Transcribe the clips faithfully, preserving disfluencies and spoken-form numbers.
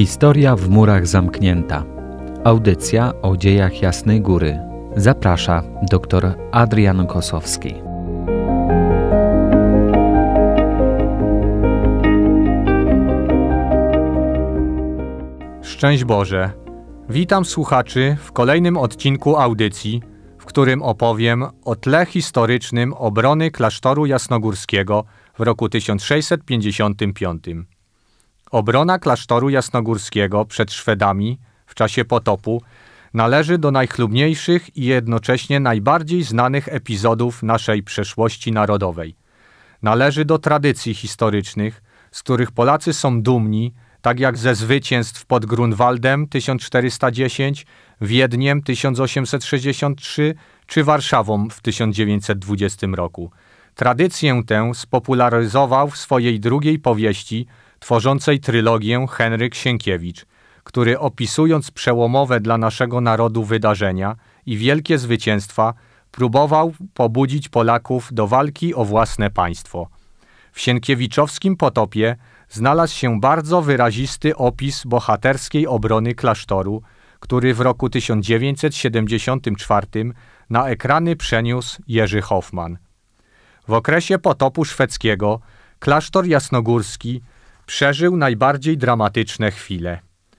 Historia w murach zamknięta. Audycja o dziejach Jasnej Góry. Zaprasza dr Adrian Kosowski. Szczęść Boże! Witam słuchaczy w kolejnym odcinku audycji, w którym opowiem o tle historycznym obrony klasztoru jasnogórskiego w roku tysiąc sześćset pięćdziesiątym piątym. Obrona klasztoru jasnogórskiego przed Szwedami w czasie potopu należy do najchlubniejszych i jednocześnie najbardziej znanych epizodów naszej przeszłości narodowej. Należy do tradycji historycznych, z których Polacy są dumni, tak jak ze zwycięstw pod Grunwaldem tysiąc czterysta dziesięć, Wiedniem tysiąc osiemset sześćdziesiąt trzy czy Warszawą w tysiąc dziewięćset dwudziestym roku. Tradycję tę spopularyzował w swojej drugiej powieści tworzącej trylogię Henryk Sienkiewicz, który opisując przełomowe dla naszego narodu wydarzenia i wielkie zwycięstwa próbował pobudzić Polaków do walki o własne państwo. W sienkiewiczowskim potopie znalazł się bardzo wyrazisty opis bohaterskiej obrony klasztoru, który w roku tysiąc dziewięćset siedemdziesiątym czwartym na ekrany przeniósł Jerzy Hoffman. W okresie potopu szwedzkiego klasztor jasnogórski przeżył najbardziej dramatyczne chwile.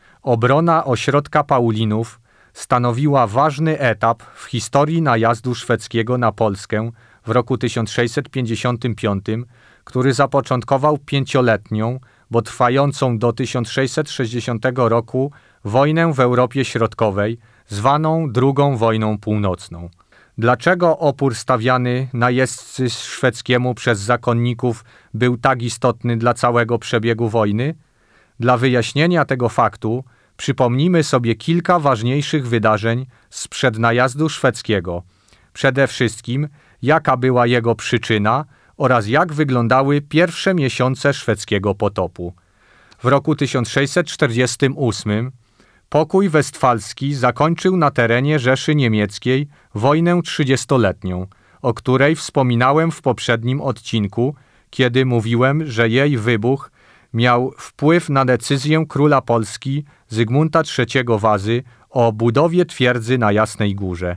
Obrona ośrodka Paulinów stanowiła ważny etap w historii najazdu szwedzkiego na Polskę w roku tysiąc sześćset pięćdziesiątym piątym, który zapoczątkował pięcioletnią, bo trwającą do tysiąc sześćset sześćdziesiątego roku wojnę w Europie Środkowej, zwaną drugą wojną północną. Dlaczego opór stawiany najeźdźcy szwedzkiemu przez zakonników był tak istotny dla całego przebiegu wojny? Dla wyjaśnienia tego faktu przypomnijmy sobie kilka ważniejszych wydarzeń sprzed najazdu szwedzkiego. Przede wszystkim, jaka była jego przyczyna oraz jak wyglądały pierwsze miesiące szwedzkiego potopu. W roku tysiąc sześćset czterdziestym ósmym pokój westfalski zakończył na terenie Rzeszy Niemieckiej wojnę trzydziestoletnią, o której wspominałem w poprzednim odcinku, kiedy mówiłem, że jej wybuch miał wpływ na decyzję króla Polski Zygmunta trzeciego Wazy o budowie twierdzy na Jasnej Górze.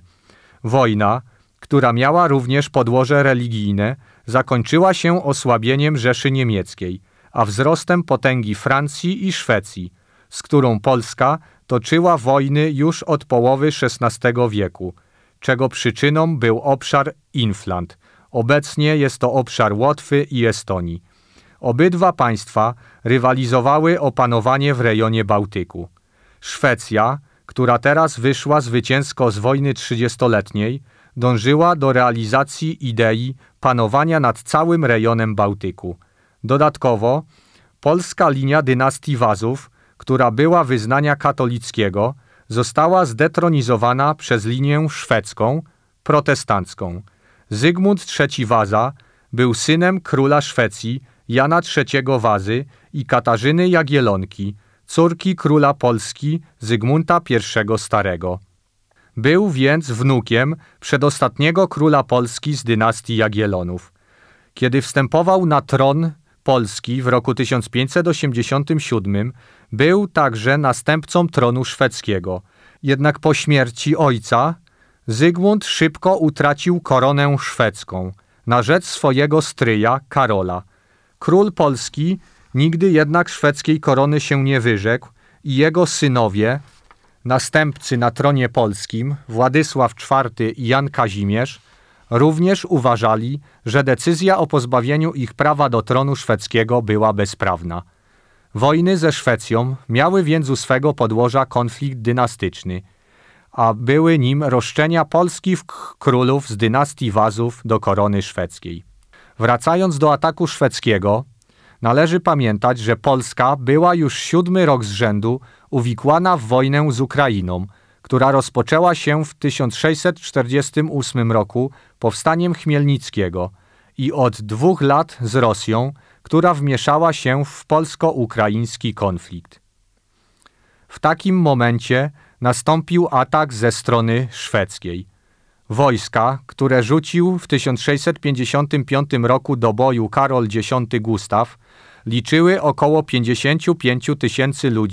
Wojna, która miała również podłoże religijne, zakończyła się osłabieniem Rzeszy Niemieckiej, a wzrostem potęgi Francji i Szwecji, z którą Polska toczyła wojny już od połowy szesnastego wieku, czego przyczyną był obszar Infland. Obecnie jest to obszar Łotwy i Estonii. Obydwa państwa rywalizowały o panowanie w rejonie Bałtyku. Szwecja, która teraz wyszła zwycięsko z wojny trzydziestoletniej, dążyła do realizacji idei panowania nad całym rejonem Bałtyku. Dodatkowo polska linia dynastii Wazów, która była wyznania katolickiego, została zdetronizowana przez linię szwedzką, protestancką. Zygmunt trzeci Waza był synem króla Szwecji Jana trzeciego Wazy i Katarzyny Jagiellonki, córki króla Polski Zygmunta pierwszego Starego. Był więc wnukiem przedostatniego króla Polski z dynastii Jagiellonów. Kiedy wstępował na tron Polski w roku tysiąc pięćset osiemdziesiątym siódmym, był także następcą tronu szwedzkiego. Jednak po śmierci ojca Zygmunt szybko utracił koronę szwedzką na rzecz swojego stryja Karola. Król Polski nigdy jednak szwedzkiej korony się nie wyrzekł i jego synowie, następcy na tronie polskim, Władysław czwarty i Jan Kazimierz, również uważali, że decyzja o pozbawieniu ich prawa do tronu szwedzkiego była bezprawna. Wojny ze Szwecją miały więc u swego podłoża konflikt dynastyczny, a były nim roszczenia polskich królów z dynastii Wazów do korony szwedzkiej. Wracając do ataku szwedzkiego, należy pamiętać, że Polska była już siódmy rok z rzędu uwikłana w wojnę z Ukrainą, która rozpoczęła się w tysiąc sześćset czterdziestym ósmym roku powstaniem Chmielnickiego i od dwóch lat z Rosją, która wmieszała się w polsko-ukraiński konflikt. W takim momencie nastąpił atak ze strony szwedzkiej. Wojska, które rzucił w tysiąc sześćset pięćdziesiątym piątym roku do boju Karol X Gustaw, liczyły około pięćdziesiąt pięć tysięcy ludzi,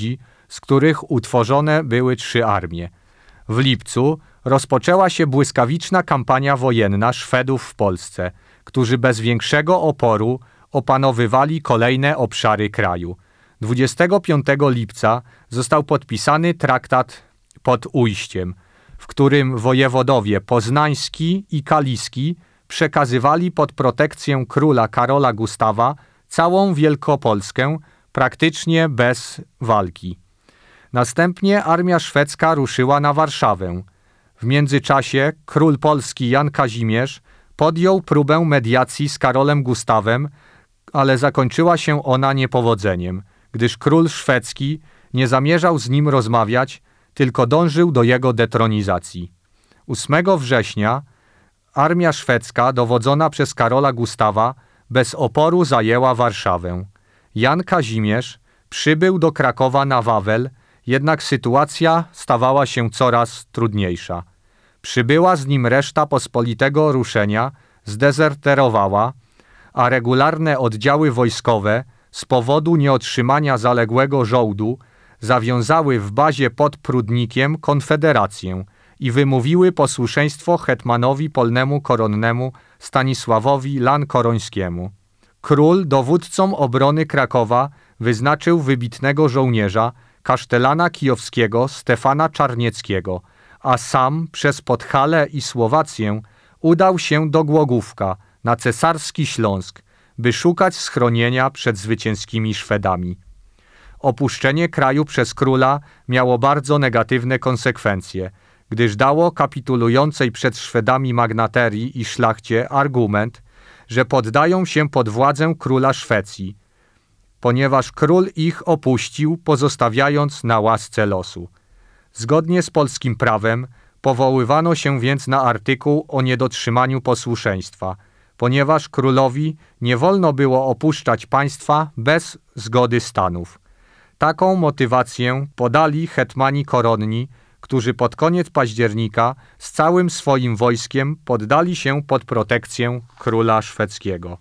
z których utworzone były trzy armie. W lipcu rozpoczęła się błyskawiczna kampania wojenna Szwedów w Polsce, którzy bez większego oporu opanowywali kolejne obszary kraju. dwudziestego piątego lipca został podpisany traktat pod Ujściem, w którym wojewodowie poznański i kaliski przekazywali pod protekcję króla Karola Gustawa całą Wielkopolskę praktycznie bez walki. Następnie armia szwedzka ruszyła na Warszawę. W międzyczasie król polski Jan Kazimierz podjął próbę mediacji z Karolem Gustawem, ale zakończyła się ona niepowodzeniem, gdyż król szwedzki nie zamierzał z nim rozmawiać, tylko dążył do jego detronizacji. ósmego września armia szwedzka dowodzona przez Karola Gustawa bez oporu zajęła Warszawę. Jan Kazimierz przybył do Krakowa na Wawel, jednak sytuacja stawała się coraz trudniejsza. Przybyła z nim reszta pospolitego ruszenia, zdezerterowała, a regularne oddziały wojskowe z powodu nieotrzymania zaległego żołdu zawiązały w bazie pod Prudnikiem konfederację i wymówiły posłuszeństwo hetmanowi polnemu koronnemu Stanisławowi Lankorońskiemu. Król dowódcą obrony Krakowa wyznaczył wybitnego żołnierza, kasztelana kijowskiego Stefana Czarnieckiego, a sam przez Podhalę i Słowację udał się do Głogówka na cesarski Śląsk, by szukać schronienia przed zwycięskimi Szwedami. Opuszczenie kraju przez króla miało bardzo negatywne konsekwencje, gdyż dało kapitulującej przed Szwedami magnaterii i szlachcie argument, że poddają się pod władzę króla Szwecji, ponieważ król ich opuścił, pozostawiając na łasce losu. Zgodnie z polskim prawem powoływano się więc na artykuł o niedotrzymaniu posłuszeństwa, ponieważ królowi nie wolno było opuszczać państwa bez zgody stanów. Taką motywację podali hetmani koronni, którzy pod koniec października z całym swoim wojskiem poddali się pod protekcję króla szwedzkiego.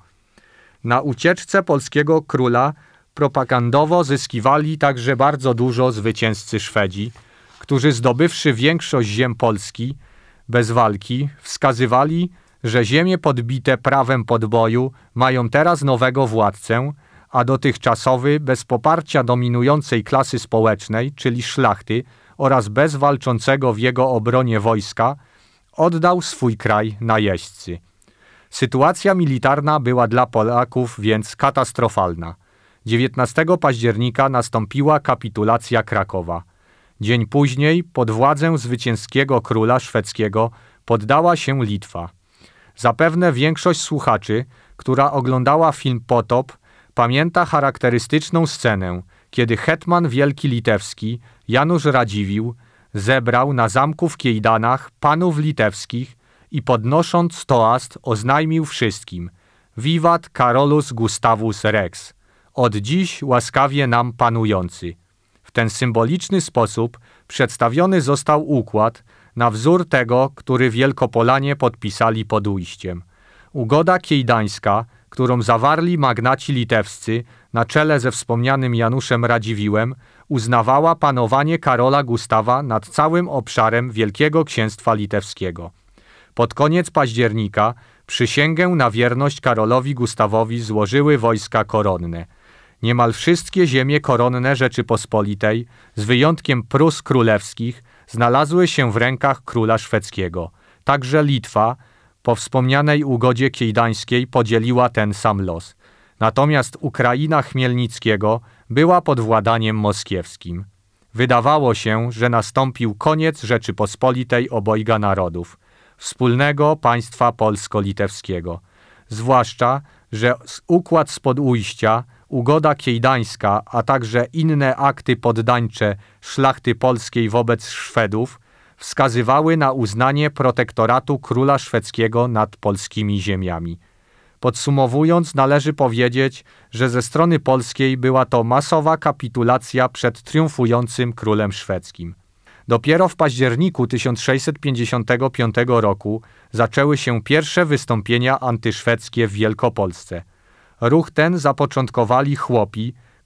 Na ucieczce polskiego króla propagandowo zyskiwali także bardzo dużo zwycięzcy Szwedzi, którzy zdobywszy większość ziem Polski bez walki, wskazywali, że ziemie podbite prawem podboju mają teraz nowego władcę, a dotychczasowy bez poparcia dominującej klasy społecznej, czyli szlachty, oraz bez walczącego w jego obronie wojska, oddał swój kraj najeźdźcy. Sytuacja militarna była dla Polaków więc katastrofalna. dziewiętnastego października nastąpiła kapitulacja Krakowa. Dzień później pod władzę zwycięskiego króla szwedzkiego poddała się Litwa. Zapewne większość słuchaczy, która oglądała film Potop, pamięta charakterystyczną scenę, kiedy hetman wielki litewski Janusz Radziwiłł zebrał na zamku w Kiejdanach panów litewskich i podnosząc toast oznajmił wszystkim: Vivat Carolus Gustavus Rex, od dziś łaskawie nam panujący. W ten symboliczny sposób przedstawiony został układ na wzór tego, który Wielkopolanie podpisali pod Ujściem. Ugoda kiejdańska, którą zawarli magnaci litewscy na czele ze wspomnianym Januszem Radziwiłłem, uznawała panowanie Karola Gustawa nad całym obszarem Wielkiego Księstwa Litewskiego. Pod koniec października przysięgę na wierność Karolowi Gustawowi złożyły wojska koronne. Niemal wszystkie ziemie koronne Rzeczypospolitej, z wyjątkiem Prus królewskich, znalazły się w rękach króla szwedzkiego. Także Litwa, po wspomnianej ugodzie kiejdańskiej, podzieliła ten sam los. Natomiast Ukraina Chmielnickiego była pod władaniem moskiewskim. Wydawało się, że nastąpił koniec Rzeczypospolitej obojga narodów, wspólnego państwa polsko-litewskiego. Zwłaszcza, że układ spod Ujścia, ugoda kiejdańska, a także inne akty poddańcze szlachty polskiej wobec Szwedów wskazywały na uznanie protektoratu króla szwedzkiego nad polskimi ziemiami. Podsumowując, należy powiedzieć, że ze strony polskiej była to masowa kapitulacja przed triumfującym królem szwedzkim. Dopiero w październiku tysiąc sześćset pięćdziesiątego piątego roku zaczęły się pierwsze wystąpienia antyszwedzkie w Wielkopolsce. Ruch ten zapoczątkowali chłopi,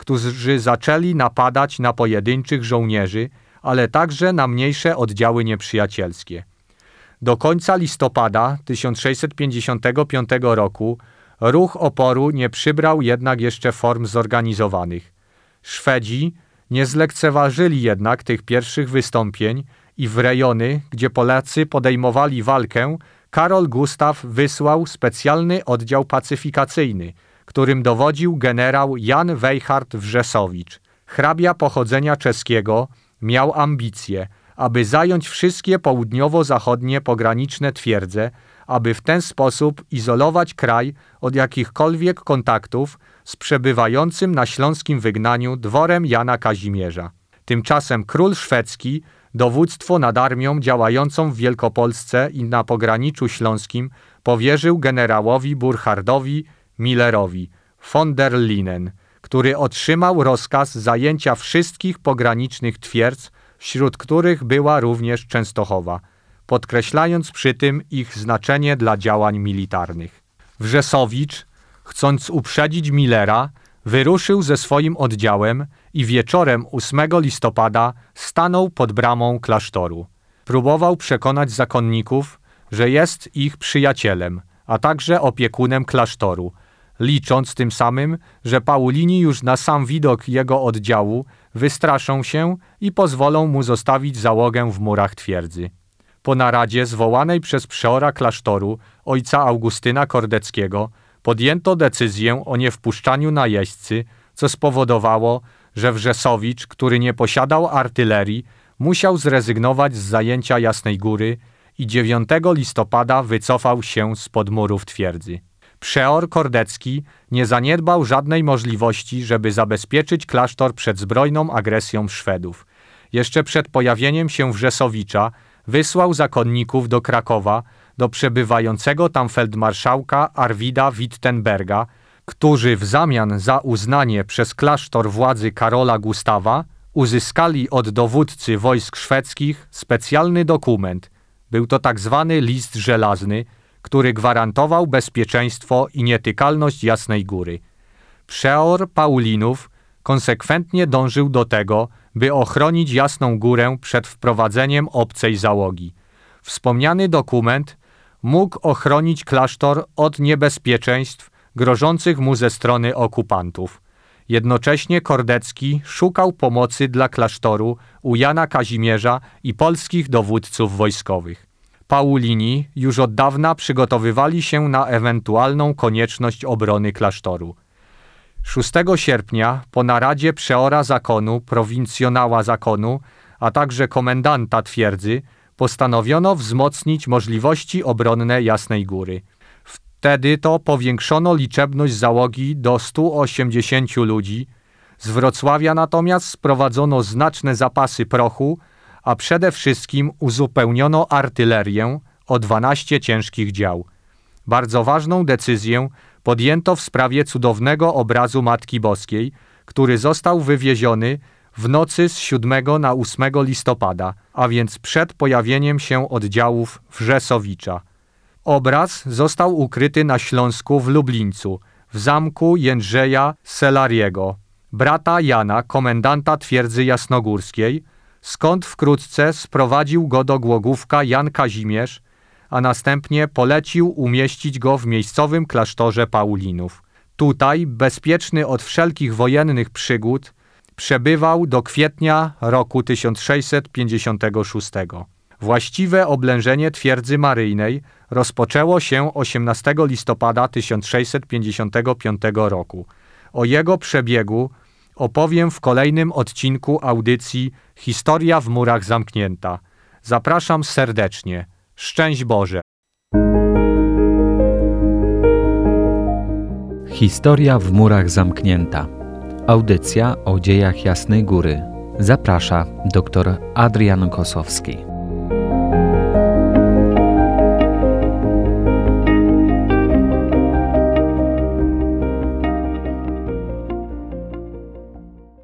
którzy zaczęli napadać na pojedynczych żołnierzy, ale także na mniejsze oddziały nieprzyjacielskie. Do końca listopada tysiąc sześćset pięćdziesiątego piątego roku ruch oporu nie przybrał jednak jeszcze form zorganizowanych. Szwedzi nie zlekceważyli jednak tych pierwszych wystąpień i w rejony, gdzie Polacy podejmowali walkę, Karol Gustaw wysłał specjalny oddział pacyfikacyjny, którym dowodził generał Jan Wejhard Wrzesowicz. Hrabia pochodzenia czeskiego miał ambicje, aby zająć wszystkie południowo-zachodnie pograniczne twierdze, aby w ten sposób izolować kraj od jakichkolwiek kontaktów z przebywającym na śląskim wygnaniu dworem Jana Kazimierza. Tymczasem król szwedzki dowództwo nad armią działającą w Wielkopolsce i na pograniczu śląskim powierzył generałowi Burchardowi Millerowi von der Linden, który otrzymał rozkaz zajęcia wszystkich pogranicznych twierdz, wśród których była również Częstochowa, podkreślając przy tym ich znaczenie dla działań militarnych. Wrzesowicz, chcąc uprzedzić Millera, wyruszył ze swoim oddziałem i wieczorem ósmego listopada stanął pod bramą klasztoru. Próbował przekonać zakonników, że jest ich przyjacielem, a także opiekunem klasztoru, licząc tym samym, że Paulini już na sam widok jego oddziału wystraszą się i pozwolą mu zostawić załogę w murach twierdzy. Po naradzie zwołanej przez przeora klasztoru, ojca Augustyna Kordeckiego, podjęto decyzję o niewpuszczaniu najeźdźcy, co spowodowało, że Wrzesowicz, który nie posiadał artylerii, musiał zrezygnować z zajęcia Jasnej Góry i dziewiątego listopada wycofał się spod murów twierdzy. Przeor Kordecki nie zaniedbał żadnej możliwości, żeby zabezpieczyć klasztor przed zbrojną agresją Szwedów. Jeszcze przed pojawieniem się Wrzesowicza wysłał zakonników do Krakowa, do przebywającego tam feldmarszałka Arwida Wittenberga, którzy w zamian za uznanie przez klasztor władzy Karola Gustawa uzyskali od dowódcy wojsk szwedzkich specjalny dokument. Był to tak zwany list żelazny, który gwarantował bezpieczeństwo i nietykalność Jasnej Góry. Przeor Paulinów konsekwentnie dążył do tego, by ochronić Jasną Górę przed wprowadzeniem obcej załogi. Wspomniany dokument mógł ochronić klasztor od niebezpieczeństw grożących mu ze strony okupantów. Jednocześnie Kordecki szukał pomocy dla klasztoru u Jana Kazimierza i polskich dowódców wojskowych. Paulini już od dawna przygotowywali się na ewentualną konieczność obrony klasztoru. szóstego sierpnia po naradzie przeora zakonu, prowincjonała zakonu, a także komendanta twierdzy postanowiono wzmocnić możliwości obronne Jasnej Góry. Wtedy to powiększono liczebność załogi do stu osiemdziesięciu ludzi, z Wrocławia natomiast sprowadzono znaczne zapasy prochu, a przede wszystkim uzupełniono artylerię o dwanaście ciężkich dział. Bardzo ważną decyzję podjęto w sprawie cudownego obrazu Matki Boskiej, który został wywieziony w nocy z siódmego na ósmego listopada, a więc przed pojawieniem się oddziałów Wrzesowicza. Obraz został ukryty na Śląsku w Lublińcu, w zamku Jędrzeja Selariego, brata Jana, komendanta twierdzy jasnogórskiej, skąd wkrótce sprowadził go do Głogówka Jan Kazimierz, a następnie polecił umieścić go w miejscowym klasztorze Paulinów. Tutaj, bezpieczny od wszelkich wojennych przygód, przebywał do kwietnia roku tysiąc sześćset pięćdziesiątego szóstego. Właściwe oblężenie twierdzy maryjnej rozpoczęło się osiemnastego listopada tysiąc sześćset pięćdziesiątego piątego roku. O jego przebiegu opowiem w kolejnym odcinku audycji Historia w murach zamknięta. Zapraszam serdecznie. Szczęść Boże! Historia w murach zamknięta. Audycja o dziejach Jasnej Góry. Zaprasza dr Adrian Kosowski.